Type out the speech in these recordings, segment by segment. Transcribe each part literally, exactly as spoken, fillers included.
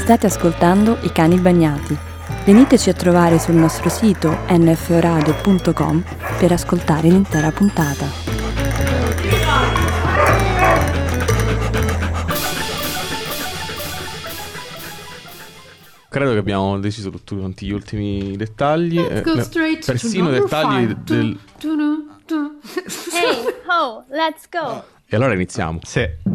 State ascoltando I Cani Bagnati. Veniteci a trovare sul nostro sito n f o radio punto com per ascoltare l'intera puntata. Credo che abbiamo deciso tutti quanti gli ultimi dettagli. Let's go straight persino to dettagli five. del... Du, du, du. Hey, ho, let's go. E allora iniziamo. Sì.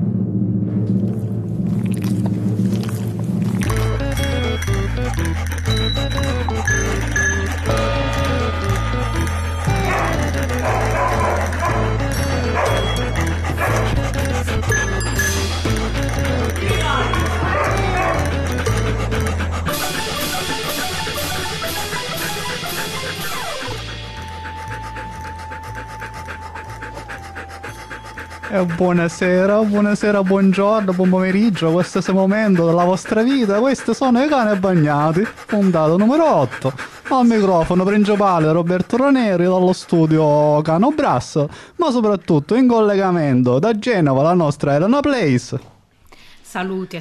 Eh, buonasera, buonasera, buongiorno, buon pomeriggio, questo è il momento della vostra vita, questi sono I Cani Bagnati, puntata numero otto, al microfono principale Roberto Raneri dallo studio Cano Brass, ma soprattutto in collegamento da Genova la nostra Elena Place. Saluti a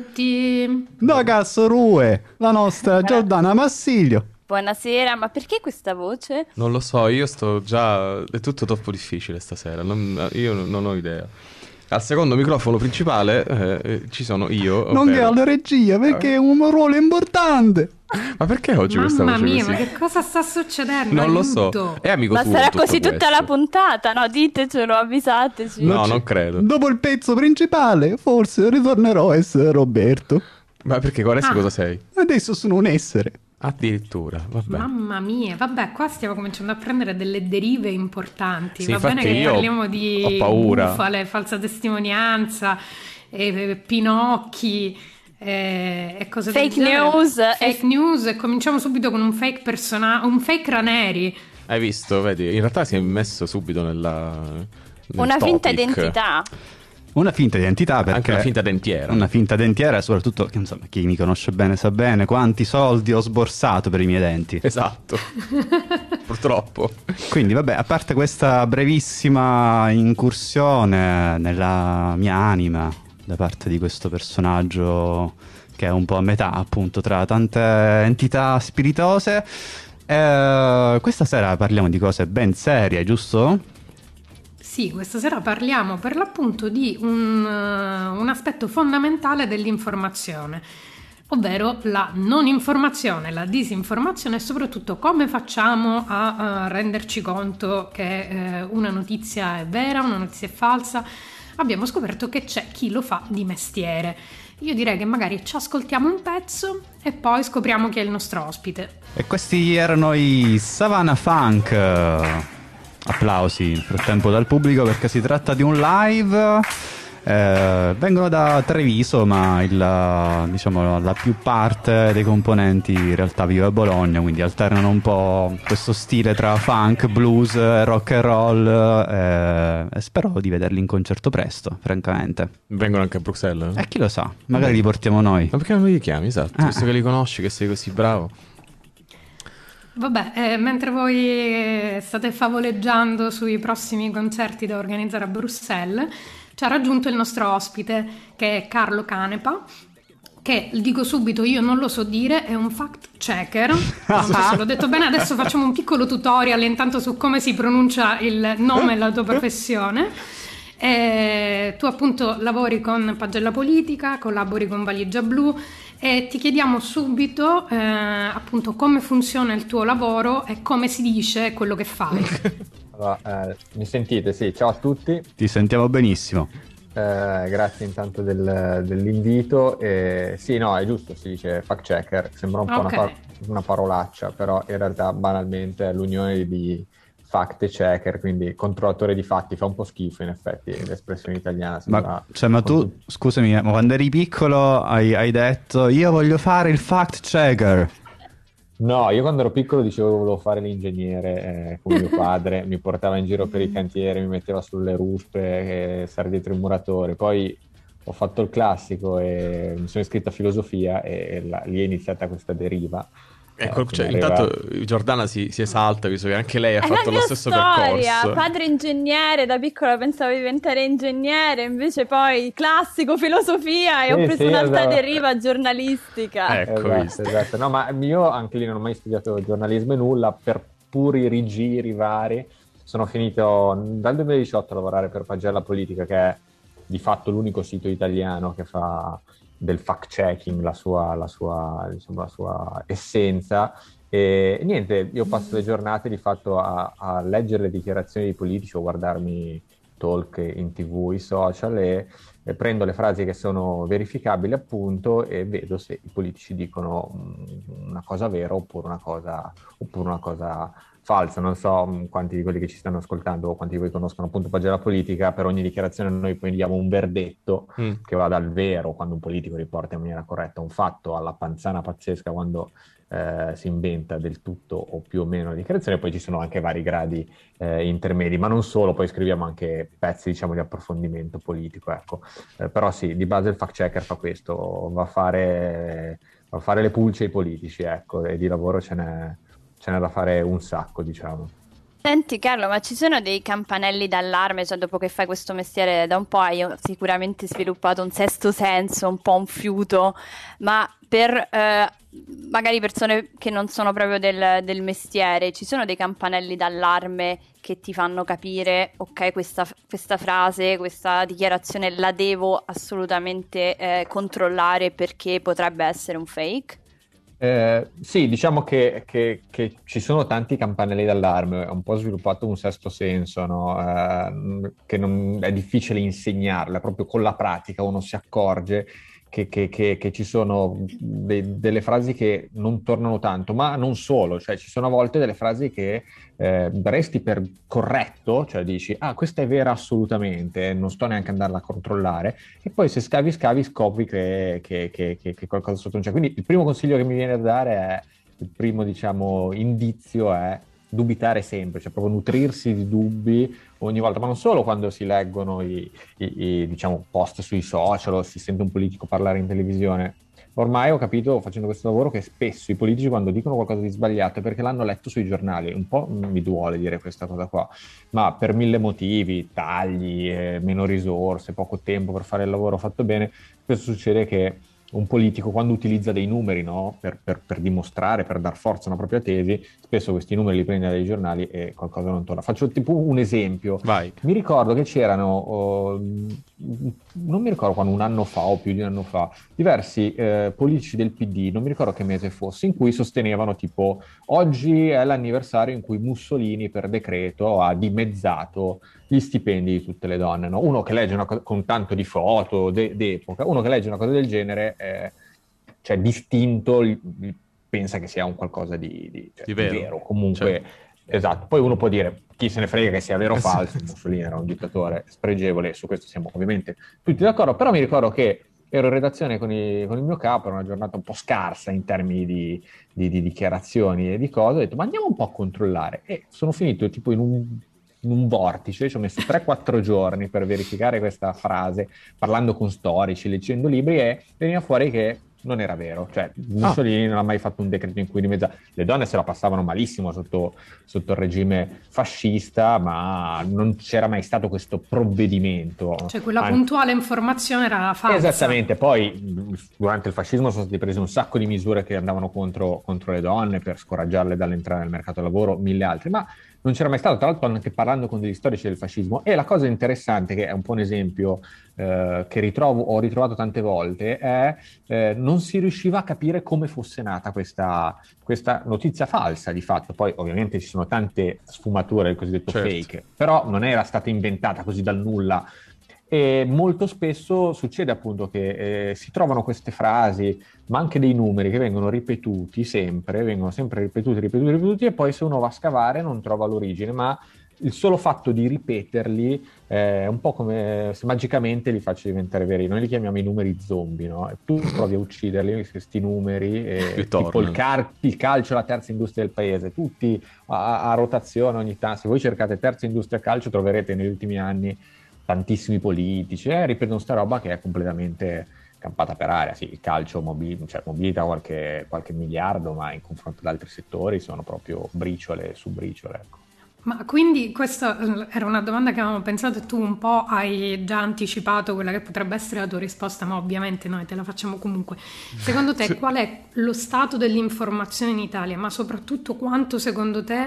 tutti. Da Cassorue la nostra Giordana Massilio. Buonasera, ma perché questa voce? Non lo so, io sto già... È tutto troppo difficile stasera, non... io non ho idea. Al secondo microfono principale eh, ci sono io. Nonché ovvero... alla regia, perché è un ruolo importante. Ma perché oggi questa Mamma voce mia, così? ma che cosa sta succedendo? Non lo Aiuto. so, è amico Ma tuo sarà tutto così tutta questo. la puntata, no? Ditecelo, avvisateci. No, non credo. Dopo il pezzo principale, forse ritornerò a essere Roberto. Ma perché adesso Ah. cosa sei? Adesso sono un essere. Addirittura, vabbè. Mamma mia, vabbè, qua stiamo cominciando a prendere delle derive importanti. Sì, Va bene infatti che io parliamo di ho paura. bufale, falsa testimonianza, eh, pinocchi eh, e cose del Fake genere. news. Fake e- news e cominciamo subito con un fake persona- un fake Raneri. Hai visto, vedi? In realtà si è messo subito nella... nel Una finta topic. identità. Una finta identità perché... Anche una finta dentiera. Una finta dentiera e soprattutto, che, insomma, chi mi conosce bene sa bene quanti soldi ho sborsato per i miei denti. Esatto. Purtroppo. Quindi vabbè, a parte questa brevissima incursione nella mia anima da parte di questo personaggio che è un po' a metà appunto tra tante entità spiritose, eh, questa sera parliamo di cose ben serie, giusto? Sì, questa sera parliamo per l'appunto di un, uh, un aspetto fondamentale dell'informazione, ovvero la non informazione, la disinformazione e soprattutto come facciamo a, a renderci conto che eh, una notizia è vera, una notizia è falsa. Abbiamo scoperto che c'è chi lo fa di mestiere. Io direi che magari ci ascoltiamo un pezzo e poi scopriamo chi è il nostro ospite. E questi erano i Savannah Funk. Applausi nel frattempo dal pubblico perché si tratta di un live. Eh, vengono da Treviso, ma il, diciamo, la più parte dei componenti in realtà vive a Bologna, quindi alternano un po' questo stile tra funk, blues, rock and roll, eh, e spero di vederli in concerto presto, francamente. Vengono anche a Bruxelles? E chi lo sa, magari li portiamo noi. Ma perché non li chiami? Esatto, Ah. visto che li conosci, che sei così bravo. Vabbè, eh, mentre voi eh, state favoleggiando sui prossimi concerti da organizzare a Bruxelles, ci ha raggiunto il nostro ospite, che è Carlo Canepa, che, dico subito, io non lo so dire, è un fact checker. Non so se l'ho detto bene, adesso facciamo un piccolo tutorial intanto su come si pronuncia il nome e la tua professione. Eh, tu appunto lavori con Pagella Politica, collabori con Valigia Blu e ti chiediamo subito eh, appunto come funziona il tuo lavoro e come si dice quello che fai. Allora, eh, mi sentite? Sì, ciao a tutti, Ti sentiamo benissimo. eh, grazie intanto del- dell'invito. E, sì, no, è giusto, si dice fact checker, sembra un po' Ok. una, par- una parolaccia, però in realtà banalmente è l'unione di fact checker, quindi controllatore di fatti, fa un po' schifo in effetti l'espressione italiana. Sembra... Ma, cioè, ma tu, scusami, eh, ma quando eri piccolo hai, hai detto io voglio fare il fact checker. No, io quando ero piccolo dicevo che volevo fare l'ingegnere, eh, come mio padre, mi portava in giro per i cantieri, mi metteva sulle ruspe, eh, stare dietro il muratore, poi ho fatto il classico e mi sono iscritto a filosofia e la- lì è iniziata questa deriva. Ecco, Eh, cioè, fino ad intanto arrivare- Giordana si, si esalta, visto che anche lei ha È la fatto lo mia stesso storia, percorso. padre ingegnere, da piccola pensavo di diventare ingegnere, invece poi classico, filosofia, e ho Sì, preso sì, un'alta esatto. deriva giornalistica. Ecco, Esatto, visto. esatto. No, ma io anche lì non ho mai studiato giornalismo e nulla, per puri rigiri vari. Sono finito dal duemiladiciotto a lavorare per Pagella Politica, che è di fatto l'unico sito italiano che fa del fact-checking la sua, la sua, diciamo, la sua essenza. E niente, io passo le giornate di fatto a, a leggere le dichiarazioni dei politici o guardarmi talk in tv, i social e, e prendo le frasi che sono verificabili appunto e vedo se i politici dicono mh, una cosa vera oppure una cosa, oppure una cosa falsa. Non so mh, quanti di quelli che ci stanno ascoltando o quanti di voi conoscono appunto Pagella Politica. Per ogni dichiarazione noi poi diamo un verdetto Mm. che va dal vero, quando un politico riporta in maniera corretta un fatto, alla panzana pazzesca quando eh, si inventa del tutto o più o meno la dichiarazione. Poi ci sono anche vari gradi eh, intermedi, ma non solo, poi scriviamo anche pezzi, diciamo, di approfondimento politico, ecco. Eh, però sì, di base il fact checker fa questo, va a fare, va a fare le pulce ai politici, ecco, e di lavoro ce n'è, ce n'è da fare un sacco, diciamo. Senti Carlo, ma ci sono dei campanelli d'allarme? Cioè, dopo che fai questo mestiere da un po' hai sicuramente sviluppato un sesto senso, un po' un fiuto, ma per eh, magari persone che non sono proprio del, del mestiere, ci sono dei campanelli d'allarme che ti fanno capire, ok, questa, questa frase, questa dichiarazione la devo assolutamente eh, controllare perché potrebbe essere un fake? Eh, sì, diciamo che, che- che ci sono tanti campanelli d'allarme, ho un po' sviluppato un sesto senso, no? Eh, che non, è difficile insegnarla, proprio con la pratica uno si accorge che, che- che- che ci sono de- delle frasi che non tornano tanto, ma non solo, cioè ci sono a volte delle frasi che eh, daresti per corretto, cioè dici, ah, questa è vera assolutamente, non sto neanche andarla a controllare, e poi se scavi scavi scopri che, che, che, che, che qualcosa sotto non c'è. Quindi il primo consiglio che mi viene da dare è, il primo, diciamo, indizio è dubitare sempre, cioè proprio nutrirsi di dubbi ogni volta, ma non solo quando si leggono i, i, i, diciamo, post sui social o si sente un politico parlare in televisione. Ormai ho capito, facendo questo lavoro, che spesso i politici quando dicono qualcosa di sbagliato è perché l'hanno letto sui giornali. Un po' mi duole dire questa cosa qua, ma per mille motivi, tagli, eh, meno risorse, poco tempo per fare il lavoro fatto bene, spesso succede che un politico, quando utilizza dei numeri, no, per, per, per dimostrare, per dar forza a una propria tesi, spesso questi numeri li prende dai giornali e qualcosa non torna. Faccio tipo un esempio. Vai. Mi ricordo che c'erano, oh, non mi ricordo quando, un anno fa o più di un anno fa, diversi eh, politici del P D, non mi ricordo che mese fosse, in cui sostenevano tipo oggi è l'anniversario in cui Mussolini per decreto ha dimezzato gli stipendi di tutte le donne, no? Uno che legge una cosa con tanto di foto de- d'epoca, uno che legge una cosa del genere, eh, cioè distinto, gli- gli pensa che sia un qualcosa di, di, cioè, Di di vero. vero, comunque. Certo. Esatto, poi uno può dire chi se ne frega che sia vero o Eh sì. falso, Mussolini era un dittatore spregevole, su questo siamo ovviamente tutti d'accordo, però mi ricordo che ero in redazione con, i- con il mio capo, era una giornata un po' scarsa in termini di, di- di dichiarazioni e di cose, ho detto ma andiamo un po' a controllare, e sono finito tipo in un, in un vortice, ci ho messo tre quattro giorni per verificare questa frase, parlando con storici, leggendo libri, e veniva fuori che non era vero, cioè Mussolini non ha mai fatto un decreto in cui dimezza. Le donne se la passavano malissimo sotto, sotto il regime fascista, ma non c'era mai stato questo provvedimento. Cioè quella Anzi, puntuale informazione era falsa. esattamente, poi mh, durante il fascismo sono state prese un sacco di misure che andavano contro, contro le donne per scoraggiarle dall'entrare nel mercato del lavoro, mille altri, ma non c'era mai stato, tra l'altro anche parlando con degli storici del fascismo. E la cosa interessante, che è un po' un esempio eh, che ritrovo, ho ritrovato tante volte, è eh, non si riusciva a capire come fosse nata questa, questa notizia falsa di fatto. Poi ovviamente ci sono tante sfumature del cosiddetto Certo. fake, però non era stata inventata così dal nulla. E molto spesso succede appunto che eh, si trovano queste frasi, ma anche dei numeri che vengono ripetuti sempre, vengono sempre ripetuti, ripetuti, ripetuti, e poi se uno va a scavare non trova l'origine, ma il solo fatto di ripeterli eh, è un po' come se magicamente li faccio diventare veri. Noi li chiamiamo i numeri zombie, no? E tu provi a ucciderli, questi numeri, e Che tipo tornano. il, car- il calcio è la terza industria del paese, tutti a, a rotazione ogni tanto. Se voi cercate terza industria calcio troverete negli ultimi anni tantissimi politici, eh, ripetono sta roba che è completamente, campata per aria. Sì, il calcio mobil- cioè, mobilita qualche, qualche miliardo, ma in confronto ad altri settori sono proprio briciole su briciole, ecco. Ma quindi questa era una domanda che avevamo pensato e tu un po' hai già anticipato quella che potrebbe essere la tua risposta, ma ovviamente noi te la facciamo comunque. Secondo te qual è lo stato dell'informazione in Italia, ma soprattutto quanto secondo te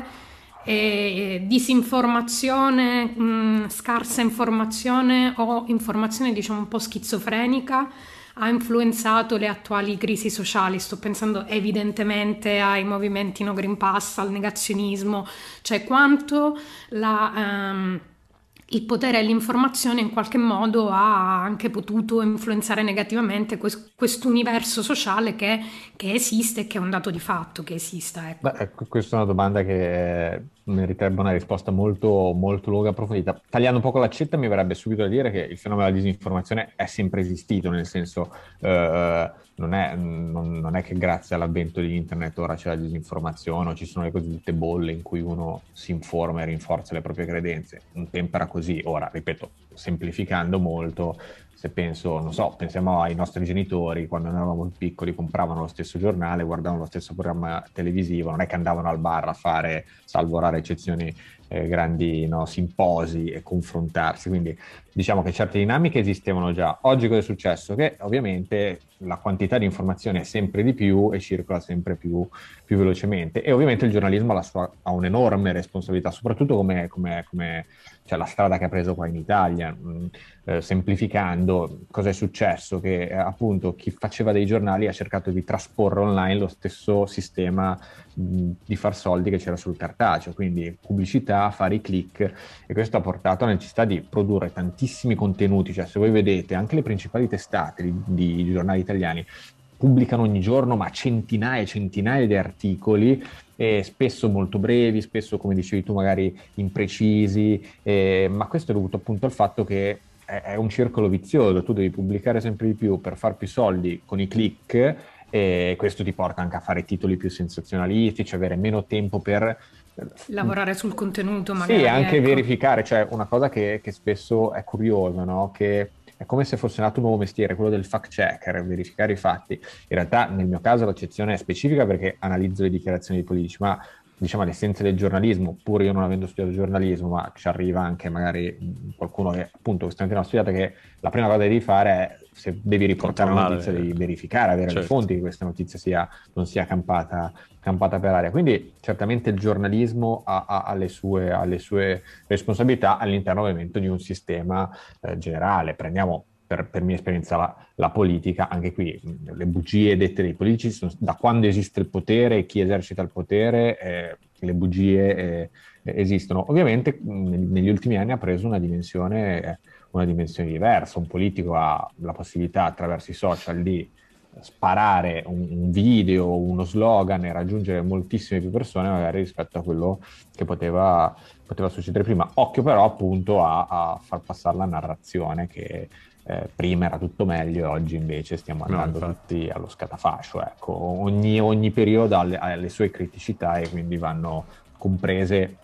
è disinformazione, mh, scarsa informazione o informazione diciamo un po' schizofrenica ha influenzato le attuali crisi sociali? Sto pensando evidentemente ai movimenti no Green Pass, al negazionismo, cioè quanto la, ehm, il potere e l'informazione in qualche modo ha anche potuto influenzare negativamente questo universo sociale che, che esiste e che è un dato di fatto che esista. Ecco. Beh, ecco, questa è una domanda che meriterebbe una risposta molto, molto lunga e approfondita. Tagliando un po' con l'accetta, mi verrebbe subito da dire che il fenomeno della disinformazione è sempre esistito, nel senso eh, non, è, non, non è che grazie all'avvento di internet ora c'è la disinformazione o ci sono le cosiddette bolle in cui uno si informa e rinforza le proprie credenze. Un tempo era così, ora, ripeto, semplificando molto, se penso, non so, pensiamo ai nostri genitori, quando noi eravamo piccoli compravano lo stesso giornale, guardavano lo stesso programma televisivo, non è che andavano al bar a fare, salvo rare eccezioni, eh, grandi no, simposi e confrontarsi, quindi diciamo che certe dinamiche esistevano già. Oggi cosa è successo? Che ovviamente la quantità di informazione è sempre di più e circola sempre più, più velocemente e ovviamente il giornalismo ha, la sua, ha un'enorme responsabilità, soprattutto come, come, come cioè la strada che ha preso qua in Italia. Mh, eh, semplificando, cosa è successo? Che eh, appunto chi faceva dei giornali ha cercato di trasporre online lo stesso sistema mh, di far soldi che c'era sul cartaceo, quindi pubblicità, fare i click, e questo ha portato alla necessità di produrre tantissimi contenuti. Cioè se voi vedete anche le principali testate di, di giornali italiani pubblicano ogni giorno ma centinaia e centinaia di articoli, e spesso molto brevi, spesso come dicevi tu magari imprecisi, eh, ma questo è dovuto appunto al fatto che è, è un circolo vizioso, tu devi pubblicare sempre di più per far più soldi con i click, e questo ti porta anche a fare titoli più sensazionalistici, avere meno tempo per lavorare sul contenuto magari. Sì, anche ecco. verificare, cioè una cosa che, che spesso è curiosa, no? Che è come se fosse nato un nuovo mestiere, quello del fact checker, verificare i fatti. In realtà nel mio caso l'accezione è specifica perché analizzo le dichiarazioni dei politici, ma diciamo l'essenza del giornalismo, pur io non avendo studiato giornalismo, ma ci arriva anche magari qualcuno che appunto quest'anno non ha studiato, che la prima cosa che devi fare è, se devi riportare una notizia, devi verificare, avere certo. le fonti che questa notizia sia, non sia campata, campata per aria. Quindi certamente il giornalismo ha, ha, ha, le, sue, ha le sue responsabilità all'interno ovviamente di un sistema eh, generale. Prendiamo per, per mia esperienza la, la politica, anche qui le bugie dette dai politici sono, da quando esiste il potere e chi esercita il potere, eh, le bugie eh, esistono. Ovviamente mh, negli ultimi anni ha preso una dimensione eh, una dimensione diversa. Un politico ha la possibilità attraverso i social di sparare un, un video, uno slogan e raggiungere moltissime più persone magari rispetto a quello che poteva, poteva succedere prima. Occhio però appunto a, a far passare la narrazione che eh, prima era tutto meglio e oggi invece stiamo andando no, tutti allo scatafascio. Ecco. Ogni, ogni periodo ha le, ha le sue criticità e quindi vanno comprese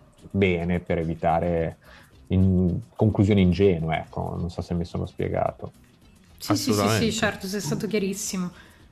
bene per evitare in conclusioni ingenue, ecco, non so se mi sono spiegato. Sì, sì, sì, sì, certo, sei stato chiarissimo.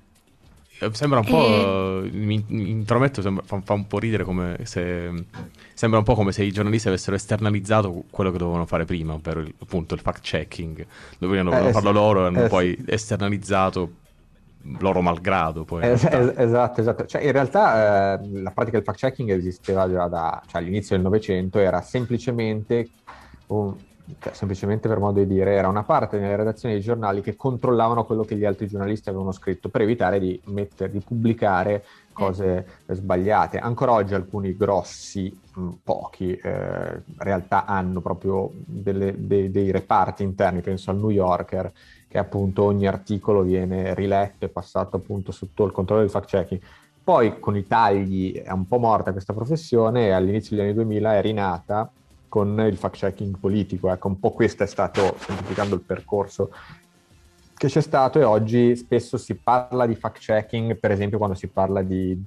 Sembra un po', e... mi, mi intrometto, sembra, fa, fa un po' ridere, come se sembra un po' come se i giornalisti avessero esternalizzato quello che dovevano fare prima, ovvero il, appunto il fact checking, dovevano eh, farlo sì. loro e hanno eh, poi sì. esternalizzato loro malgrado poi. Es- es- esatto, esatto. Cioè, in realtà eh, la pratica del fact checking esisteva già da, cioè, all'inizio del Novecento, era semplicemente un, cioè, semplicemente per modo di dire, era una parte nelle redazioni dei giornali che controllavano quello che gli altri giornalisti avevano scritto per evitare di mettere, di pubblicare cose eh. sbagliate. Ancora oggi alcuni grossi, mh, pochi, eh, in realtà hanno proprio delle, dei, dei reparti interni, penso al New Yorker, che appunto ogni articolo viene riletto e passato appunto sotto il controllo del fact checking. Poi con i tagli è un po' morta questa professione e all'inizio degli anni duemila è rinata con il fact checking politico. Ecco, un po' questo è stato, semplificando il percorso che c'è stato, e oggi spesso si parla di fact checking, per esempio quando si parla di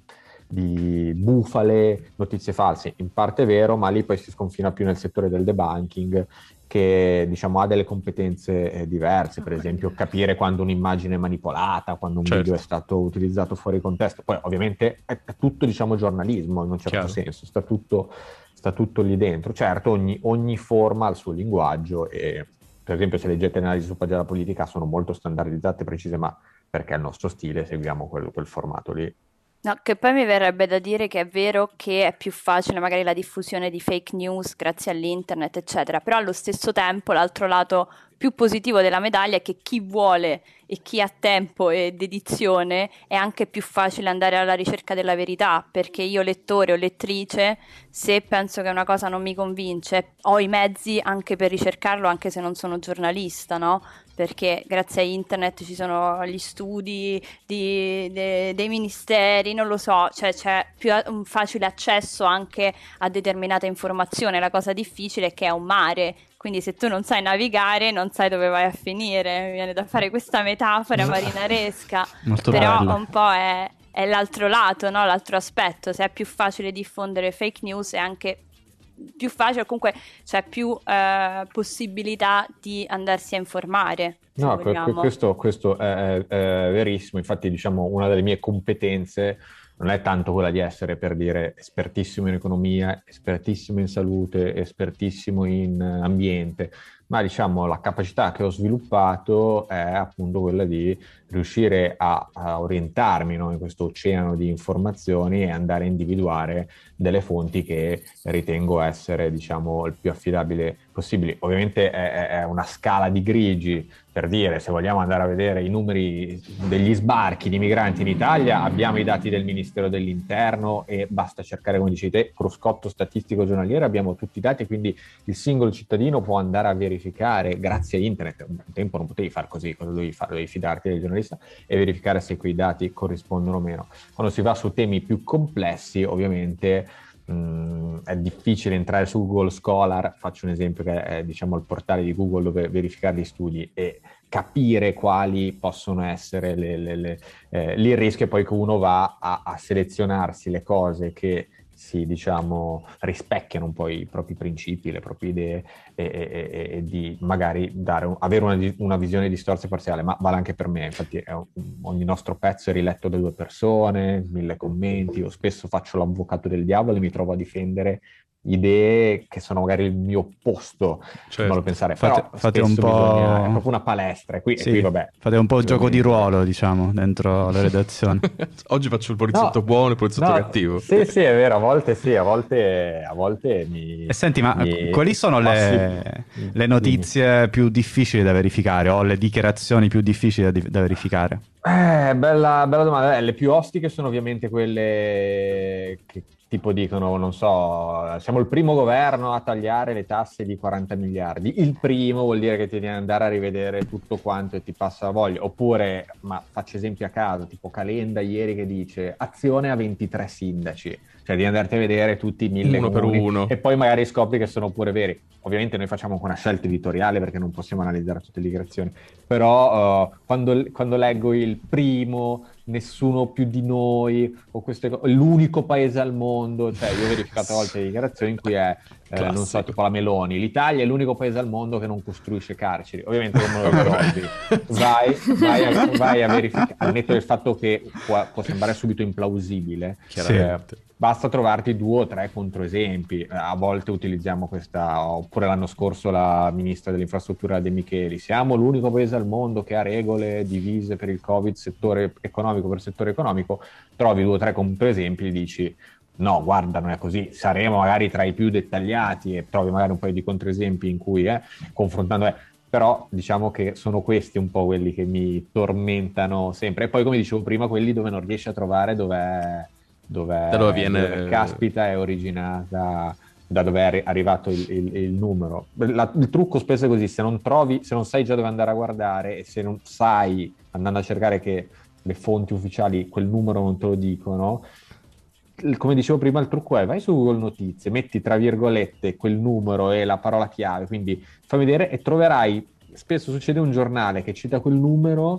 di bufale, notizie false. In parte è vero, ma lì poi si sconfina più nel settore del debunking, che diciamo ha delle competenze eh, diverse, per esempio capire quando un'immagine è manipolata, quando un certo. video è stato utilizzato fuori contesto. Poi ovviamente è, è tutto diciamo giornalismo in un certo Chiaro. senso, sta tutto, sta tutto lì dentro. Certo, ogni, ogni forma ha il suo linguaggio e per esempio se leggete analisi su pagina politica sono molto standardizzate e precise, ma perché è il nostro stile, seguiamo quel, quel formato lì. No, che poi mi verrebbe da dire che è vero che è più facile magari la diffusione di fake news grazie all'internet, eccetera, però allo stesso tempo l'altro lato più positivo della medaglia è che chi vuole e chi ha tempo e dedizione è anche più facile andare alla ricerca della verità, perché io lettore o lettrice, se penso che una cosa non mi convince, ho i mezzi anche per ricercarlo, anche se non sono giornalista, no? Perché grazie a internet ci sono gli studi di, de, dei ministeri, non lo so, cioè c'è più un facile accesso anche a determinate informazioni. La cosa difficile è che è un mare, quindi se tu non sai navigare non sai dove vai a finire. Mi viene da fare questa metafora marinaresca, Molto però bella. un po' è, è l'altro lato, no? L'altro aspetto. Se è più facile diffondere fake news è anche più facile, comunque c'è più eh, possibilità di andarsi a informare. Se No, que- vogliamo. questo, questo è, è- è verissimo. Infatti, diciamo, una delle mie competenze non è tanto quella di essere, per dire, espertissimo in economia, espertissimo in salute, espertissimo in eh, ambiente, ma diciamo la capacità che ho sviluppato è appunto quella di riuscire a, a orientarmi, no, in questo oceano di informazioni e andare a individuare delle fonti che ritengo essere, diciamo, il più affidabile possibile. Ovviamente è, è una scala di grigi, per dire, se vogliamo andare a vedere i numeri degli sbarchi di migranti in Italia, abbiamo i dati del Ministero dell'Interno e basta cercare, come dici te, cruscotto statistico giornaliero, abbiamo tutti i dati, quindi il singolo cittadino può andare a verificare, grazie a internet. Un tempo non potevi fare così, cosa dovevi fare? Dovevi fidarti del giornalista e verificare se quei dati corrispondono o meno. Quando si va su temi più complessi, ovviamente Mm, è difficile entrare su Google Scholar, faccio un esempio che è, diciamo, il portale di Google dove verificare gli studi e capire quali possono essere le, le, le, eh, lì il rischio è poi che uno va a, a selezionarsi le cose che si, diciamo, rispecchiano un po' i propri principi, le proprie idee e, e, e, e di magari dare un, avere una, una visione distorta e parziale, ma vale anche per me. Infatti è un, ogni nostro pezzo è riletto da due persone, mille commenti, io spesso faccio l'avvocato del diavolo e mi trovo a difendere idee che sono magari il mio opposto, Certo. non lo pensare, Fate- però fate un spesso po'- bisogna- è proprio una palestra e qui, Sì, e qui vabbè. fate un po' gioco di Ovviamente. ruolo, diciamo, dentro la redazione. Oggi faccio il poliziotto No, buono e il poliziotto no, cattivo. Sì, sì, è vero, a volte sì, a volte, a volte mi... E senti, ma mi- quali sono le, passi- le notizie più difficili da verificare o le dichiarazioni più difficili da, da verificare? Eh, bella, bella domanda. Eh, le più ostiche sono ovviamente quelle che tipo dicono, non so, siamo il primo governo a tagliare le tasse di quaranta miliardi. Il primo vuol dire che ti devi andare a rivedere tutto quanto e ti passa la voglia. Oppure, ma faccio esempi a caso, tipo Calenda ieri che dice azione a ventitré sindaci. Cioè di andarti a vedere tutti i mille Uno per comuni uno. e poi magari scopri che sono pure veri. Ovviamente noi facciamo anche una scelta editoriale perché non possiamo analizzare tutte le dichiarazioni, però uh, quando, quando leggo il primo, nessuno più di noi, o queste co- l'unico paese al mondo, cioè io ho verificato a volte le dichiarazioni in cui è, eh, non so, Classico. tipo la Meloni, l'Italia è l'unico paese al mondo che non costruisce carceri. Ovviamente come lo risolvi? Vai, vai, a, vai a verificare, al netto del fatto che può, può sembrare subito implausibile, Chiaramente. eh, basta trovarti due o tre controesempi. A volte utilizziamo questa, oppure l'anno scorso la ministra dell'infrastruttura De Micheli, siamo l'unico paese al mondo che ha regole divise per il Covid, settore economico per settore economico, trovi due o tre controesempi e dici no, guarda, non è così, saremo magari tra i più dettagliati e trovi magari un paio di controesempi in cui, eh, confrontando... Eh, però diciamo che sono questi un po' quelli che mi tormentano sempre. E poi, come dicevo prima, quelli dove non riesci a trovare dov'è... Dove, Da dove viene- dove caspita è originata, da dove è arri- arrivato il, il- il numero. La- il trucco spesso è così: se non trovi, se non sai già dove andare a guardare e se non sai, andando a cercare, che le fonti ufficiali quel numero non te lo dicono, il- come dicevo prima, il trucco è vai su Google Notizie, metti tra virgolette quel numero e la parola chiave, quindi fai vedere e troverai, spesso succede un giornale che cita quel numero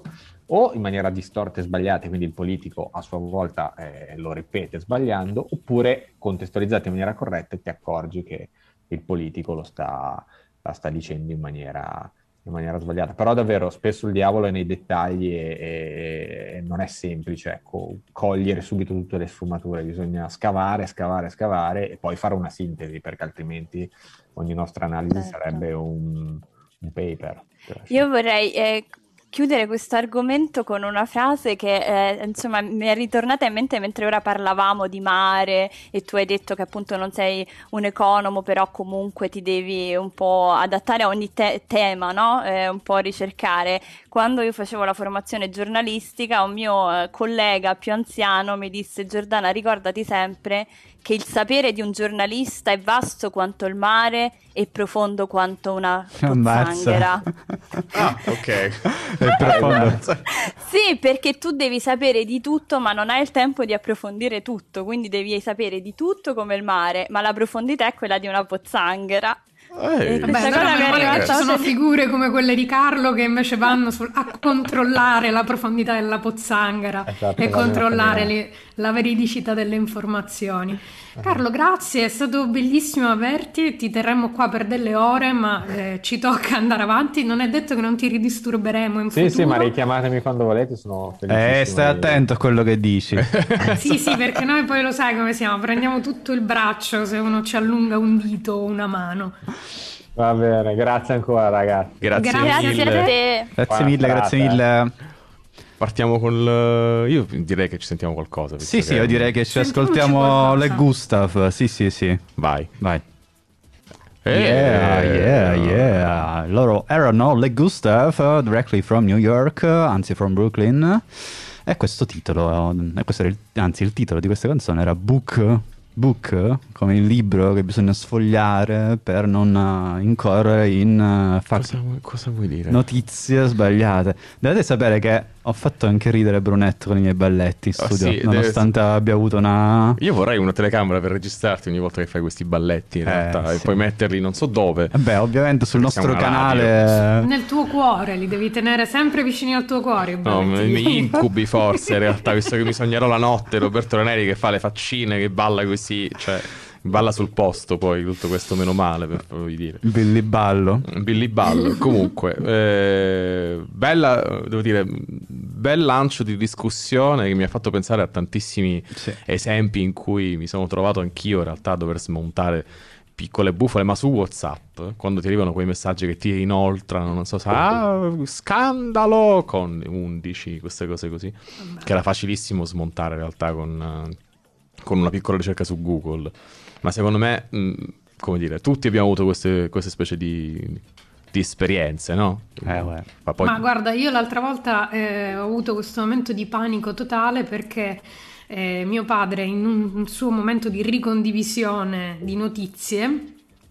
o in maniera distorta e sbagliata, quindi il politico a sua volta eh, lo ripete sbagliando, oppure contestualizzato in maniera corretta e ti accorgi che il politico lo sta, la sta dicendo in maniera, in maniera sbagliata. Però davvero spesso il diavolo è nei dettagli e, e, e non è semplice, ecco, cogliere subito tutte le sfumature, bisogna scavare, scavare, scavare e poi fare una sintesi, perché altrimenti ogni nostra analisi Certo. sarebbe un, un paper. Io vorrei eh, chiudere questo argomento con una frase che eh, insomma mi è ritornata in mente mentre ora parlavamo di mare e tu hai detto che appunto non sei un economo, però comunque ti devi un po' adattare a ogni te- tema, no? Eh, un po' ricercare. Quando io facevo la formazione giornalistica, un mio eh, collega più anziano mi disse: Giordana, ricordati sempre che il sapere di un giornalista è vasto quanto il mare e profondo quanto una pozzanghera. Ah, ok. È profondo. Sì, perché tu devi sapere di tutto, ma non hai il tempo di approfondire tutto, quindi devi sapere di tutto come il mare, ma la profondità è quella di una pozzanghera. Ehi. E questa Vabbè, cosa mi è allora, rimasta ci sono così. figure come quelle di Carlo che invece vanno sul- a controllare la profondità della pozzanghera Esatto, e vanno a controllare camminare. le- la veridicità delle informazioni. Carlo, grazie, è stato bellissimo averti, ti terremo qua per delle ore, ma eh, ci tocca andare avanti, non è detto che non ti ridisturberemo in Sì, futuro. sì, ma richiamatemi quando volete, sono felicissimo. Eh, stai di- attento a quello che dici. Sì, sì, perché noi poi lo sai come siamo, prendiamo tutto il braccio se uno ci allunga un dito o una mano. Va bene, grazie ancora ragazzi. Grazie, Grazie mille. Grazie a te. Grazie Buona mille, grazie serata. mille. Partiamo col... Io direi che ci sentiamo qualcosa. visto Sì, sì, che- io direi che ci Sentiamoci ascoltiamo qualcosa. le Gustav. Sì, sì, sì. Vai. Vai. Eh, Yeah, yeah, yeah. Loro erano le Gustav, uh, directly from New York, uh, anzi from Brooklyn. E questo titolo, uh, questo era il, anzi il titolo di questa canzone era Book, Book, come il libro che bisogna sfogliare per non uh, incorrere in uh, fac- Cosa, vuoi- cosa vuoi dire? notizie sbagliate. Dovete sapere che ho fatto anche ridere Brunetto con i miei balletti in Ah, studio, sì, nonostante abbia avuto una... Io vorrei una telecamera per registrarti ogni volta che fai questi balletti, in Eh, realtà, e sì. poi metterli non so dove. Eh Beh, ovviamente sul Siamo nostro una radio. canale... Nel tuo cuore, li devi tenere sempre vicini al tuo cuore. i No, ballettini. mi incubi forse in realtà, visto che mi sognerò la notte Roberto Raneri che fa le faccine, che balla così, cioè balla sul posto, poi tutto questo meno male, per farvi dire. Billy Ballo. Billy Ball. Comunque, eh, bella, devo dire, bel lancio di discussione che mi ha fatto pensare a tantissimi Sì. esempi in cui mi sono trovato anch'io in realtà a dover smontare piccole bufale, ma su WhatsApp, quando ti arrivano quei messaggi che ti inoltrano, non so se ah, scandalo con undici, queste cose così, che era facilissimo smontare in realtà con, eh, con una piccola ricerca su Google. Ma secondo me, mh, come dire, tutti abbiamo avuto queste, queste specie di, di esperienze, no? Eh, uè. Ma poi Ma guarda, io l'altra volta eh, ho avuto questo momento di panico totale perché eh, mio padre in un, un suo momento di ricondivisione di notizie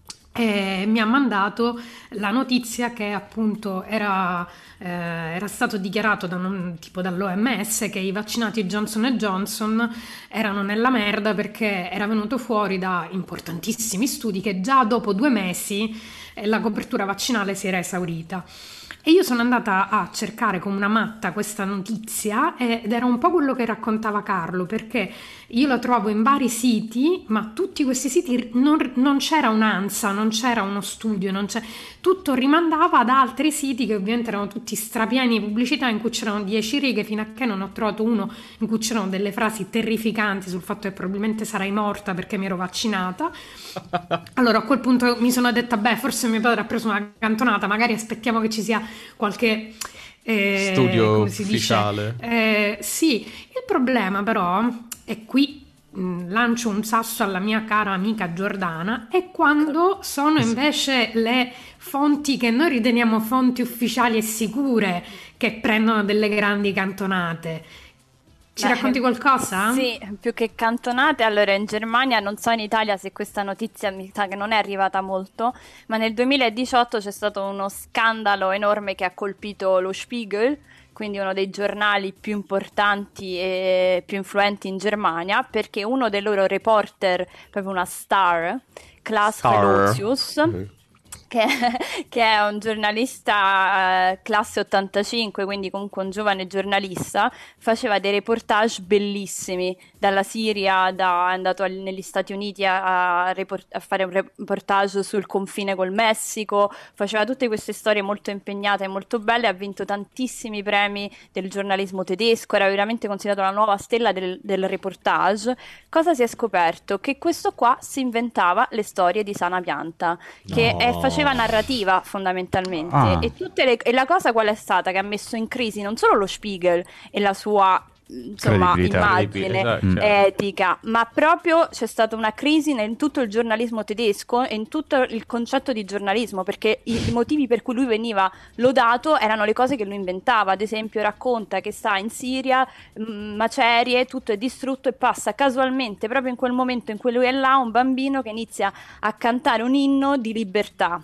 eh, mi ha mandato la notizia che appunto era, eh, era stato dichiarato da un, tipo dall'O M S che i vaccinati Johnson and Johnson erano nella merda perché era venuto fuori da importantissimi studi che già dopo due mesi eh, la copertura vaccinale si era esaurita. E io sono andata a cercare come una matta questa notizia ed era un po' quello che raccontava Carlo, perché io la trovo in vari siti, ma tutti questi siti non, non c'era un'ANSA, non c'era uno studio, non c'è, tutto rimandava ad altri siti che ovviamente erano tutti strapieni di pubblicità in cui c'erano dieci righe, fino a che non ho trovato uno in cui c'erano delle frasi terrificanti sul fatto che probabilmente sarai morta perché mi ero vaccinata. Allora a quel punto mi sono detta, beh, forse mio padre ha preso una cantonata, magari aspettiamo che ci sia qualche eh, studio come si ufficiale. dice? Eh, sì, il problema però, e qui mh, lancio un sasso alla mia cara amica Giordana, è quando sono invece le fonti che noi riteniamo fonti ufficiali e sicure che prendono delle grandi cantonate. Ci Beh, racconti qualcosa? Sì, più che cantonate. Allora, in Germania, non so in Italia se questa notizia mi sa che non è arrivata molto, ma nel duemiladiciotto c'è stato uno scandalo enorme che ha colpito lo Spiegel, quindi uno dei giornali più importanti e più influenti in Germania, perché uno dei loro reporter, proprio una star, Klaas Star. Relotius, che, che è un giornalista eh, classe ottantacinque, quindi comunque un giovane giornalista, faceva dei reportage bellissimi dalla Siria, da, è andato al, negli Stati Uniti a, a, report, a fare un reportage sul confine col Messico, faceva tutte queste storie molto impegnate e molto belle, ha vinto tantissimi premi del giornalismo tedesco, era veramente considerato la nuova stella del, del reportage. Cosa si è scoperto? Che questo qua si inventava le storie di sana pianta, che No. è, faceva narrativa fondamentalmente. Ah. E, tutte le, e la cosa qual è stata? Che ha messo in crisi non solo lo Spiegel e la sua insomma Credibilità. immagine Esatto, certo. etica, ma proprio c'è stata una crisi in tutto il giornalismo tedesco e in tutto il concetto di giornalismo, perché i, i motivi per cui lui veniva lodato erano le cose che lui inventava. Ad esempio racconta che sta in Siria, mh, macerie, tutto è distrutto, e passa casualmente proprio in quel momento in cui lui è là un bambino che inizia a cantare un inno di libertà.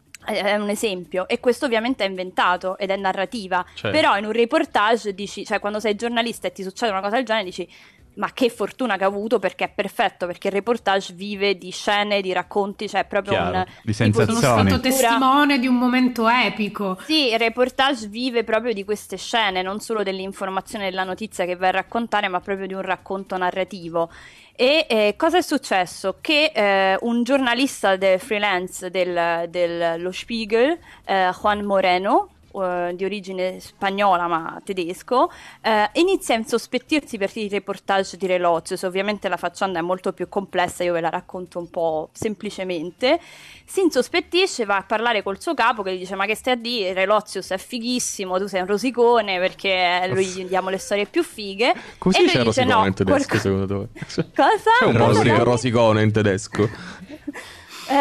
È un esempio, e questo ovviamente è inventato ed è narrativa, Certo. però in un reportage dici, cioè quando sei giornalista e ti succede una cosa del genere dici ma che fortuna che ha avuto, perché è perfetto, perché il reportage vive di scene, di racconti, cioè è proprio Chiaro. un Di tipo Sono sensazioni. stato testimone di un momento epico. Sì, il reportage vive proprio di queste scene, non solo dell'informazione della notizia che vai a raccontare, ma proprio di un racconto narrativo. E eh, cosa è successo? Che eh, un giornalista del freelance del, dello Spiegel, eh, Juan Moreno, eh, di origine spagnola ma tedesco, eh, inizia a insospettirsi per i reportage di Relotius. Ovviamente la faccenda è molto più complessa, io ve la racconto un po' semplicemente. Si insospettisce, va a parlare col suo capo che gli dice ma che stai a dire, Relotius è fighissimo, tu sei un rosicone, perché lui gli diamo le storie più fighe. Come si E dice lui dice, rosicone no, in tedesco, qualco- secondo te? Cosa? C'è un Cosa? rosi- rosicone in tedesco. Eh,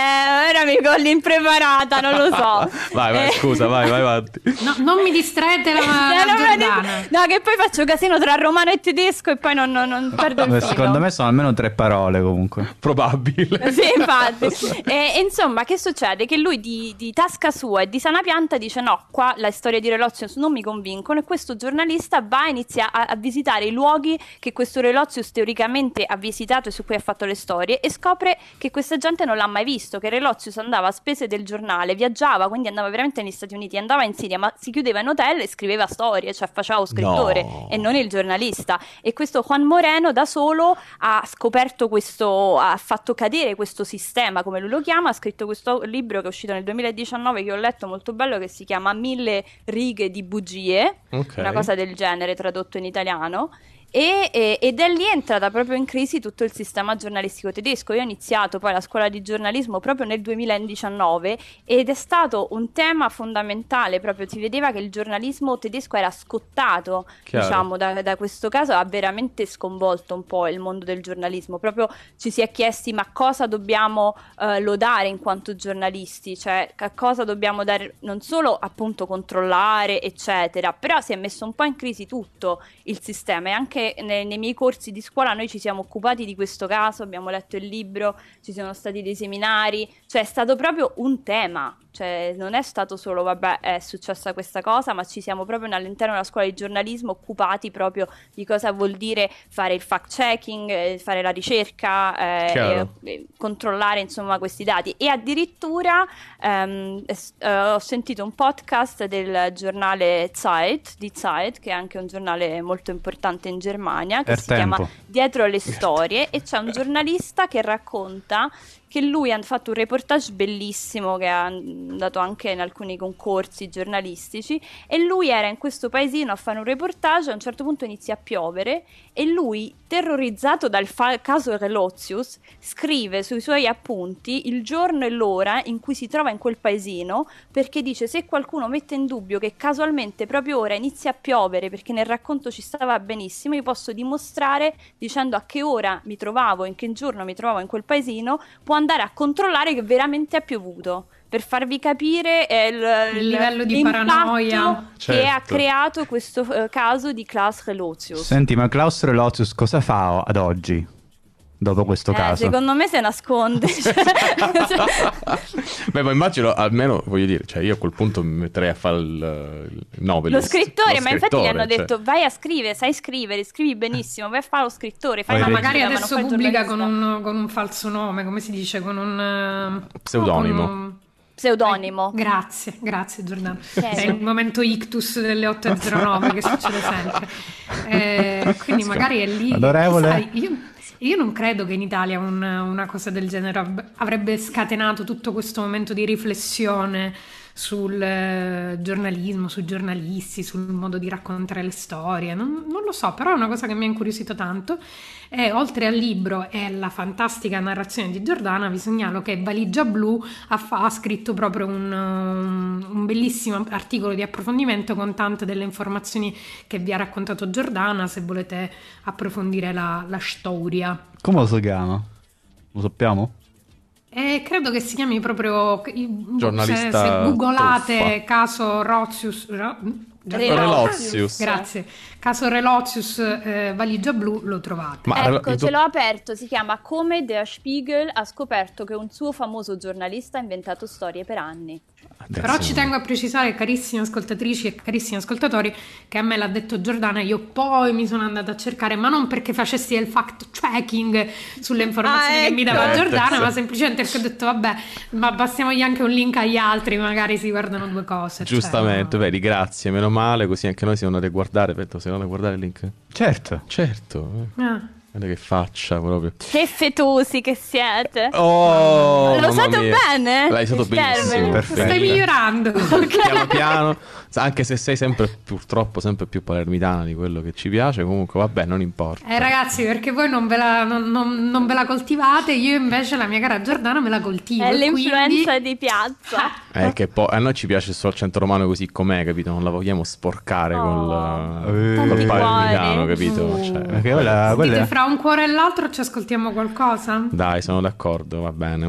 ora mi cogli impreparata, non lo so. Vai, vai, Eh, scusa, vai, vai avanti. No, non mi distraete la, no, la no, Giordana. no, che poi faccio casino tra romano e tedesco e poi non, non, non perdo il Beh, filo. secondo me sono almeno tre parole comunque. Probabile. Sì, infatti. E, e insomma, che succede? Che lui di, di tasca sua e di sana pianta dice no, qua la storia di Relotius non mi convincono, e questo giornalista va e inizia a, a visitare i luoghi che questo Relotius teoricamente ha visitato e su cui ha fatto le storie, e scopre che questa gente non l'ha mai visto, che Relotius andava a spese del giornale, viaggiava, quindi andava veramente negli Stati Uniti, andava in Siria, ma si chiudeva in hotel e scriveva storie, cioè faceva lo scrittore No. e non il giornalista. E questo Juan Moreno da solo ha scoperto questo, ha fatto cadere questo sistema, come lui lo chiama, ha scritto questo libro che è uscito nel duemiladiciannove, che ho letto, molto bello, che si chiama Mille righe di bugie, Ok. una cosa del genere tradotto in italiano. E, e, ed è lì è entrata proprio in crisi tutto il sistema giornalistico tedesco. Io ho iniziato poi la scuola di giornalismo proprio nel duemiladiciannove ed è stato un tema fondamentale, proprio si vedeva che il giornalismo tedesco era scottato, Chiaro. diciamo, da, da questo caso. Ha veramente sconvolto un po' il mondo del giornalismo, proprio ci si è chiesti ma cosa dobbiamo eh, lodare in quanto giornalisti, cioè a cosa dobbiamo dare, non solo appunto controllare eccetera, però si è messo un po' in crisi tutto il sistema. E anche nei, nei miei corsi di scuola noi ci siamo occupati di questo caso, abbiamo letto il libro, ci sono stati dei seminari, cioè è stato proprio un tema, cioè non è stato solo vabbè è successa questa cosa, ma ci siamo proprio all'interno della scuola di giornalismo occupati proprio di cosa vuol dire fare il fact checking, eh, fare la ricerca, eh, Chiaro. e, e controllare insomma questi dati. E addirittura ehm, es- eh, ho sentito un podcast del giornale Zeit, di Zeit, che è anche un giornale molto importante in Germania, che Er si chiama Tempo. Dietro le storie, e c'è un giornalista che racconta che lui ha fatto un reportage bellissimo che ha andato anche in alcuni concorsi giornalistici, e lui era in questo paesino a fare un reportage. A un certo punto inizia a piovere e lui, terrorizzato dal fa- caso Relotius, scrive sui suoi appunti il giorno e l'ora in cui si trova in quel paesino, perché dice se qualcuno mette in dubbio che casualmente proprio ora inizia a piovere perché nel racconto ci stava benissimo, io posso dimostrare dicendo a che ora mi trovavo, in che giorno mi trovavo in quel paesino, può andare a controllare che veramente ha piovuto, per farvi capire eh, il, Il livello di l'impatto paranoia. che Certo. ha creato questo eh, caso di Klaus Relotius. Senti, ma Klaus Relotius cosa fa ad oggi? Dopo questo Eh, caso? secondo me se nasconde. Cioè- Beh, ma immagino, almeno, voglio dire, cioè io a quel punto mi metterei a fare il, il novelist. Lo scrittore, lo ma infatti gli hanno scrittore, detto cioè. vai a scrivere, sai scrivere, scrivi benissimo, vai a fare lo scrittore, fai Poi una reg- Magari magia, ma adesso non fai il pubblica con giornalista. un, con un falso nome, come si dice? Con un eh, Pseudonimo. no, con un- pseudonimo. Eh, grazie, grazie Giordano. Prego. È il momento ictus delle otto e zero nove che succede sempre. Eh, quindi magari è lì. Adorevole. Sai, io, io non credo che in Italia un- una cosa del genere ab- avrebbe scatenato tutto questo momento di riflessione sul eh, giornalismo, sui giornalisti, sul modo di raccontare le storie. Non, non lo so, però è una cosa che mi ha incuriosito tanto. E oltre al libro e alla fantastica narrazione di Giordana, vi segnalo che Valigia Blu ha, fa- ha scritto proprio un, um, un bellissimo articolo di approfondimento con tante delle informazioni che vi ha raccontato Giordana, se volete approfondire la, la storia. Come si chiama? Lo sappiamo? E credo che si chiami proprio, Giornalista se, se googolate truffa. caso Rozius, Ro- Relotius. grazie, caso Relotius eh, Valigia Blu, lo trovate. Ma Ecco, il ce tuo- l'ho aperto, si chiama Come Der Spiegel ha scoperto che un suo famoso giornalista ha inventato storie per anni. Però Adesso- ci tengo a precisare, carissime ascoltatrici e carissimi ascoltatori, che a me l'ha detto Giordana, io poi mi sono andata a cercare, ma non perché facessi il fact checking sulle informazioni Ah, che mi ecco. dava Certo, Giordana, sì. ma semplicemente perché ho detto vabbè, ma passiamogli anche un link agli altri, magari si guardano due cose. cioè, Giustamente, no. vedi, grazie, meno male, così anche noi siamo andati a guardare. Aspetta, siamo andati a guardare il link? Certo. Certo, eh. Ah. Guarda che faccia proprio. Che fetosi che siete! Oh, L'ho mamma usato mia. bene? L'hai usato Il termine. benissimo, Perfetto. Stai perfetto. migliorando. Piano piano, anche se sei sempre purtroppo sempre più palermitana di quello che ci piace, comunque vabbè, non importa. Eh ragazzi, perché voi non ve, la, non, non- non ve la coltivate, io invece la mia cara Giordana me la coltivo. È e l'influenza quindi- di piazza. Eh, che poi a noi ci piace solo il centro romano così com'è, capito? Non la vogliamo sporcare Oh, col, tanti col palermitano, cuori. capito? Uh. Cioè, Perché quella, quella Dite, è- fra un cuore e l'altro ci ascoltiamo qualcosa? dai, sono d'accordo, va bene.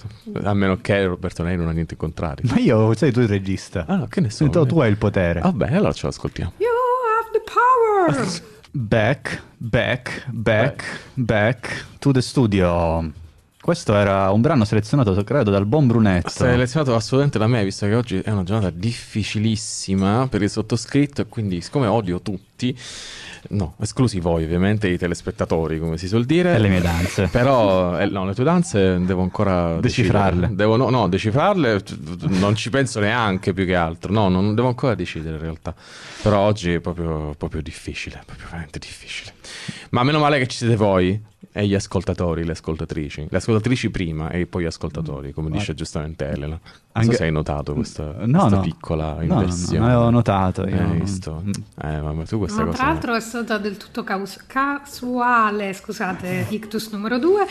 A meno che Roberto Neri non ha niente in contrario. Ma io, sei tu il regista. Ah no, che ne so. Tu, tu hai il potere. Va bene, allora ce l'ascoltiamo. You have the power! Back, back, back, back to the studio. Questo era un brano selezionato, credo, dal buon Brunetto. Selezionato assolutamente da me, visto che oggi è una giornata difficilissima per il sottoscritto e quindi siccome odio tutti, no, esclusi voi ovviamente, i telespettatori come si suol dire. E le mie danze. Però eh, no, le tue danze devo ancora Decifrarle. decidere. Devo, no, no, decifrarle t- non ci penso neanche più che altro. No, non devo ancora decidere in realtà. Però oggi è proprio, proprio difficile, proprio veramente difficile. Ma meno male che ci siete voi e gli ascoltatori, le ascoltatrici. Le ascoltatrici prima e poi gli ascoltatori, come dice giustamente Elena. Non Anche- so se hai notato questa, No, questa no. piccola No, no, inversione. non avevo notato. Io. Hai visto? Eh, ma tu questa Ma cosa... tra l'altro è stata del tutto caus- casuale, scusate, ictus numero due.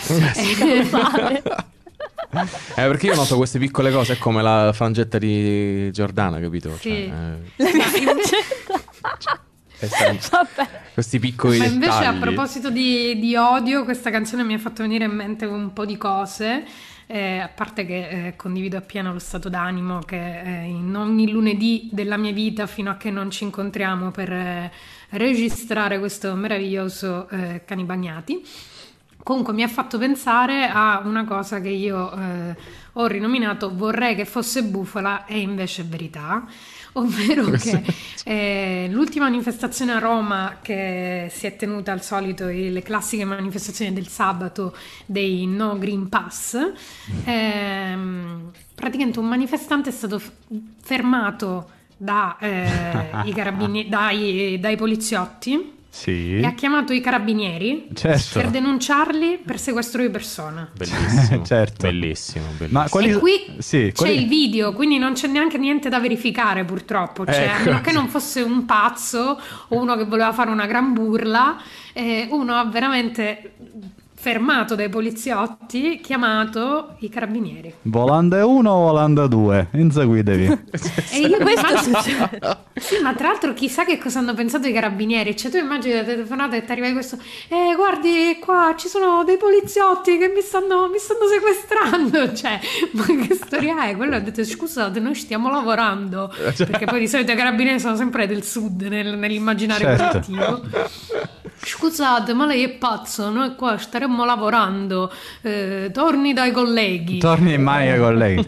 Eh, perché io noto queste piccole cose come la frangetta di Giordana, capito? Sì. Cioè, eh, La mia frangetta. è sempre- Vabbè. questi piccoli Ma invece dettagli. a proposito di, di odio, questa canzone mi ha fatto venire in mente un po' di cose. Eh, a parte che eh, condivido appieno lo stato d'animo che eh, in ogni lunedì della mia vita fino a che non ci incontriamo per eh, registrare questo meraviglioso eh, Cani Bagnati. Comunque mi ha fatto pensare a una cosa che io eh, ho rinominato vorrei che fosse bufala e invece è verità, ovvero che eh, l'ultima manifestazione a Roma che si è tenuta al solito, le classiche manifestazioni del sabato dei no Green Pass, ehm, praticamente un manifestante è stato f- fermato da, eh, i carabini- dai, dai poliziotti Sì. e ha chiamato i carabinieri Certo. per denunciarli per sequestro di persona. Bellissimo, Certo. bellissimo, bellissimo. Ma quali... E qui sì, c'è quali- il video, quindi non c'è neanche niente da verificare purtroppo, cioè, Ecco. a meno che non fosse un pazzo o uno che voleva fare una gran burla, eh, uno ha veramente fermato dai poliziotti, chiamato i carabinieri. Volanda uno o volanda due? Inseguitevi. E io Questo ma- succede. Sì, ma tra l'altro chissà che cosa hanno pensato i carabinieri. Cioè tu immagini la telefonata e ti arriva questo eh guardi qua ci sono dei poliziotti che mi stanno, mi stanno sequestrando. Cioè, ma che storia è? Quello ha detto scusate noi stiamo lavorando. Perché poi di solito i carabinieri sono sempre del sud nel- nell'immaginario Certo. collettivo. Scusate, ma lei è pazzo? Noi qua staremmo lavorando. Eh, torni dai colleghi. Torni in manica con lei.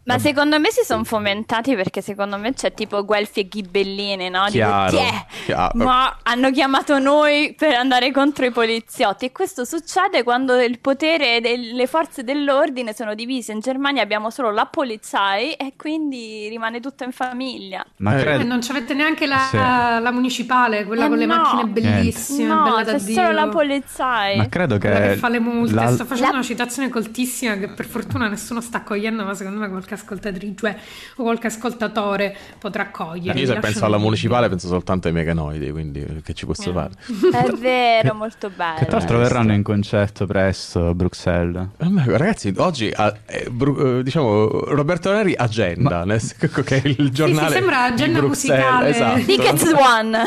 Ma secondo me si sono fomentati perché secondo me c'è tipo Guelfi e Ghibellini, no? Chiaro, Dico, "Tiè, chiaro. ma hanno chiamato noi per andare contro i poliziotti", e questo succede quando il potere delle forze dell'ordine sono divise. In Germania abbiamo solo la Polizei e quindi rimane tutto in famiglia. Ma Eh, credo... E non c'avete neanche la, Sì. la municipale, quella Eh con le no. macchine bellissime, No, bella da c'è Dio. solo la Polizei. Ma credo che... Quella che fa le multe. la- Sto facendo la- una citazione coltissima che per fortuna nessuno sta cogliendo, ma secondo me qualche ascoltatrice o qualche ascoltatore potrà cogliere. Io se Vi penso lascio alla un- municipale penso soltanto ai meganoidi, quindi che ci posso Eh. fare? È vero, molto bello. Che tra l'altro Eh, verranno sta- in concerto presto a Bruxelles. Eh, ma ragazzi, oggi ha- eh, Bru- eh, diciamo Roberto Neri agenda, nel senso che è il giornale sembra di agenda Bruxelles, musicale. esatto. Tickets One.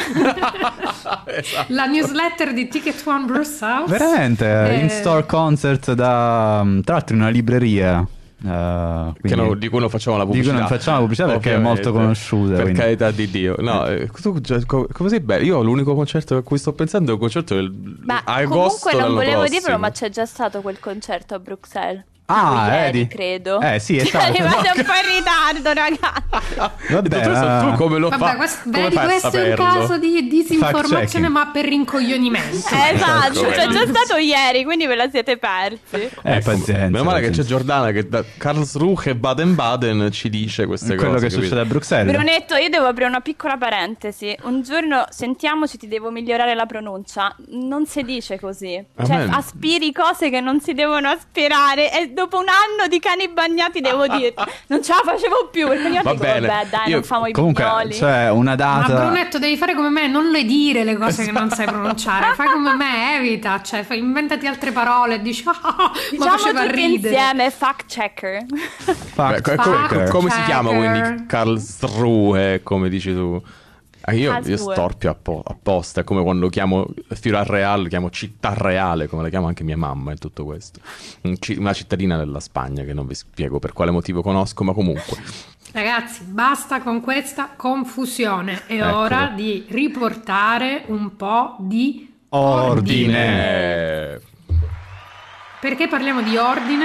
Esatto. La newsletter di Ticket One Brussels. Veramente, Eh, in-store concert da... tra l'altro in una libreria. eh, Che quindi- non- di cui non facciamo la di pubblicità. cui non facciamo la pubblicità perché è Ovviamente. molto conosciuta, Per quindi- carità di Dio. No, eh, tu già- co- come sei bello? Io l'unico concerto a cui sto pensando è un concerto del Ma agosto comunque non dell'anno volevo prossimo. dirvelo, ma c'è già stato quel concerto a Bruxelles. Ah, Tipo ieri, vedi? credo. Eh, sì, esatto. Arrivate un po' in ritardo, ragazzi. Vabbè, Dottor, ah, tu come lo Vabbè, fa? questo, come vedi, fai a questo è un saperlo? caso di disinformazione, Fact-checking. ma per rincoglionimento. Esatto, Ecco, c'è già vedi. stato ieri, quindi ve la siete persi. eh, Ecco, pazienza. meno male che c'è pazienza. Giordana che da Karlsruhe e Baden-Baden ci dice queste Quello cose. che capito? succede a Bruxelles. Brunetto, io devo aprire una piccola parentesi. Un giorno sentiamoci, ti devo migliorare la pronuncia. Non si dice così. A Cioè, me- aspiri cose che non si devono aspirare. E dopo un anno di cani bagnati devo dire, non ce la facevo più. Perché io Va dico, bene. vabbè, dai, Io- non famo i Comunque, pignoli. c'è una Ma data... Brunetto, devi fare come me, non le dire le cose che non sai pronunciare. Fai come me, evita, cioè fai- inventati altre parole e dici, "Ah, ah, ah", ma Diciamo faceva tutti ridere. insieme, fact checker. Fact Beh, co- co- checker. co- come si chiama Checker. quindi Karlsruhe, come dici tu? Ah, io, io Karlsruhe. storpio appo- apposta, è come quando chiamo Ciudad Real, chiamo Città Reale, come la chiama anche mia mamma e tutto questo. Un ci- Una cittadina della Spagna che non vi spiego per quale motivo conosco, ma comunque. Ragazzi, basta con questa confusione. È Eccolo. ora di riportare un po' di Ordine. Eh, Perché parliamo di ordine?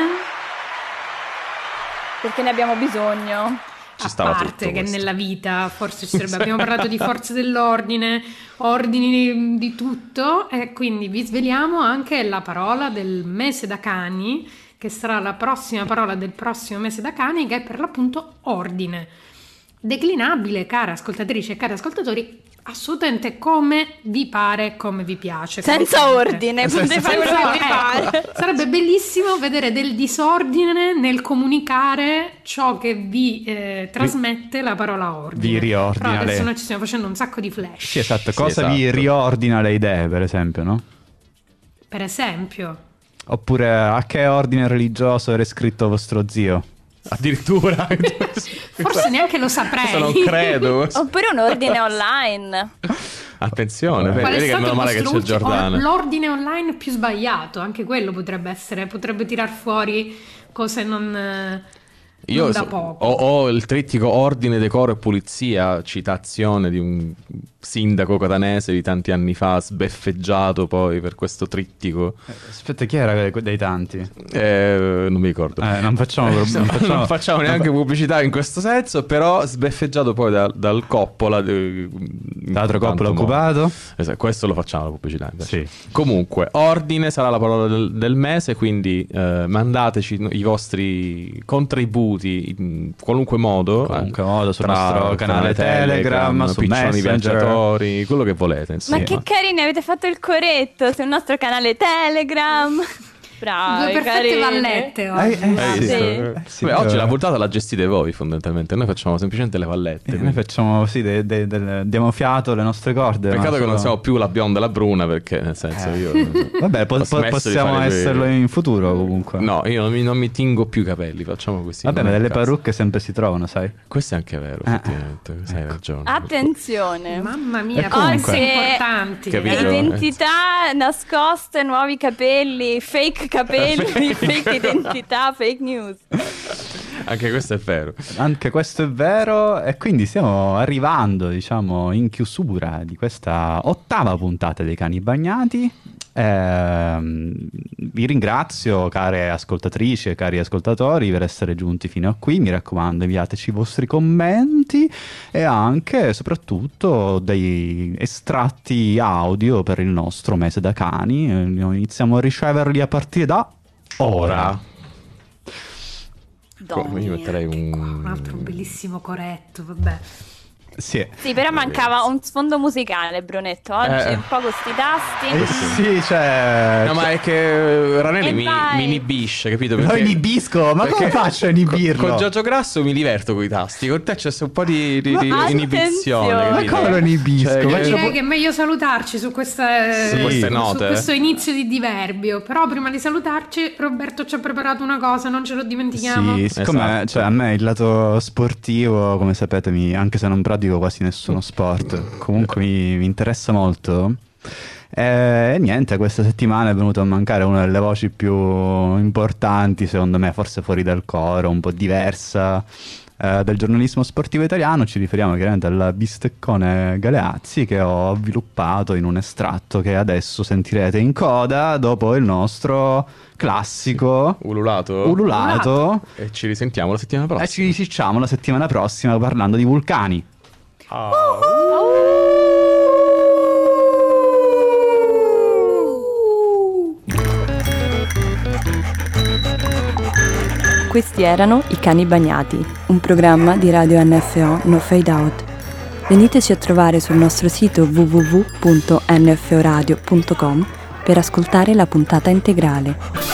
Perché ne abbiamo bisogno. Ci A stava parte tutto che questo. nella vita forse ci sarebbe, abbiamo parlato di forze dell'ordine, ordini di tutto, e quindi vi sveliamo anche la parola del mese da cani, che sarà la prossima parola del prossimo mese da cani, che è per l'appunto ordine. Declinabile, care ascoltatrici e cari ascoltatori, assolutamente come vi pare, come vi piace. come Senza sente. ordine, potete fare quello Senza- che vi ecco, pare. sarebbe bellissimo vedere del disordine nel comunicare ciò che vi eh, trasmette la parola ordine. Vi riordina Però adesso le- noi ci stiamo facendo un sacco di flash. Sì, esatto. Sì, Cosa vi esatto. riordina le idee, per esempio, no? Per esempio, Oppure a che ordine religioso era iscritto vostro zio? Addirittura. forse neanche lo saprei. Questo non credo. Oppure un ordine online. Attenzione, Qual è vedi che stato meno il male che vostro c'è ultimo- Giordana. l'ordine online più sbagliato? Anche quello potrebbe essere, potrebbe tirar fuori cose non, eh, Io non da so- poco. ho, ho il trittico ordine, decoro e pulizia, citazione di un sindaco catanese di tanti anni fa, sbeffeggiato poi per questo trittico. Aspetta, chi era que- dei tanti? Eh, non mi ricordo. Eh, non facciamo, non non facciamo, facciamo neanche pubblicità in questo senso, però sbeffeggiato poi da- dal Coppola. eh, in Teatro tanto Coppola modo. occupato. Esatto, questo lo facciamo la pubblicità invece. Sì. Comunque, ordine sarà la parola del, del mese, quindi eh, mandateci i vostri contributi in qualunque modo. Qualunque eh, modo, sul tra nostro canale Telegram, su piccioni Messenger. viaggiatori, quello che volete. Insomma. Ma che carini, avete fatto il coretto sul nostro canale Telegram. Bravi, Due perfette carini. vallette Eh, oggi. eh, Hai guarda. visto? Sì. Eh, Sì, Beh, oggi eh. la puntata la gestite voi fondamentalmente, noi facciamo semplicemente le vallette. Eh, noi quindi- facciamo, sì, de- de- de- diamo fiato alle nostre corde. Peccato ma che non solo- siamo più la bionda e la bruna, perché nel senso Eh. io... Vabbè, po- ho po- smesso di possiamo fare quei- esserlo in futuro comunque. No, io non mi, non mi tingo più i capelli, facciamo così. Vabbè, non ma è delle il caso. parrucche sempre si trovano, sai? Questo è anche vero, Eh. effettivamente, hai Ecco. ragione. Attenzione. Mamma mia, E comunque- cose importanti. Capito? eh. Identità nascoste, nuovi capelli, fake capelli, fake identità, fake news. Anche questo è vero. Anche questo è vero, e quindi stiamo arrivando, diciamo, in chiusura di questa ottava puntata dei Cani Bagnati. Eh, vi ringrazio, care ascoltatrici e cari ascoltatori, per essere giunti fino a qui. Mi raccomando, inviateci i vostri commenti e anche e soprattutto dei estratti audio per il nostro mese da cani. Eh, iniziamo a riceverli a partire da ora. Come io metterei un... un altro bellissimo coretto, vabbè. Sì. Sì, però mancava un sfondo musicale, Brunetto. Oggi Eh. un po' con sti tasti. Eh sì, cioè... No, ma è che Ranelli E mi, vai. mi inibisce, capito? Lo Perché- inibisco, ma come perché faccio a inibirlo? Con, con Giorgio Grasso mi diverto con i tasti, con te c'è un po' di, di, di Ma inibizione. attenzione. Ma capito? come lo inibisco? Cioè, Ma che- Direi che è meglio salutarci su, questa, Sì. queste su note. questo inizio di diverbio. Però prima di salutarci, Roberto ci ha preparato una cosa, non ce lo dimentichiamo. Sì, siccome Esatto. cioè, a me il lato sportivo, come sapete, mi- anche se non pratico quasi nessuno sport, comunque mi, mi interessa molto. E niente, questa settimana è venuto a mancare una delle voci più importanti, secondo me, forse fuori dal coro, un po' diversa, eh, del giornalismo sportivo italiano. Ci riferiamo chiaramente al bisteccone Galeazzi, che ho avviluppato in un estratto che adesso sentirete in coda dopo il nostro classico Ululato. ululato. E ci risentiamo la settimana E prossima. ci ricicciamo la settimana prossima parlando di vulcani. Questi erano I Cani Bagnati, un programma di Radio N F O No Fade Out. Veniteci a trovare sul nostro sito w w w punto n f o radio punto com per ascoltare la puntata integrale.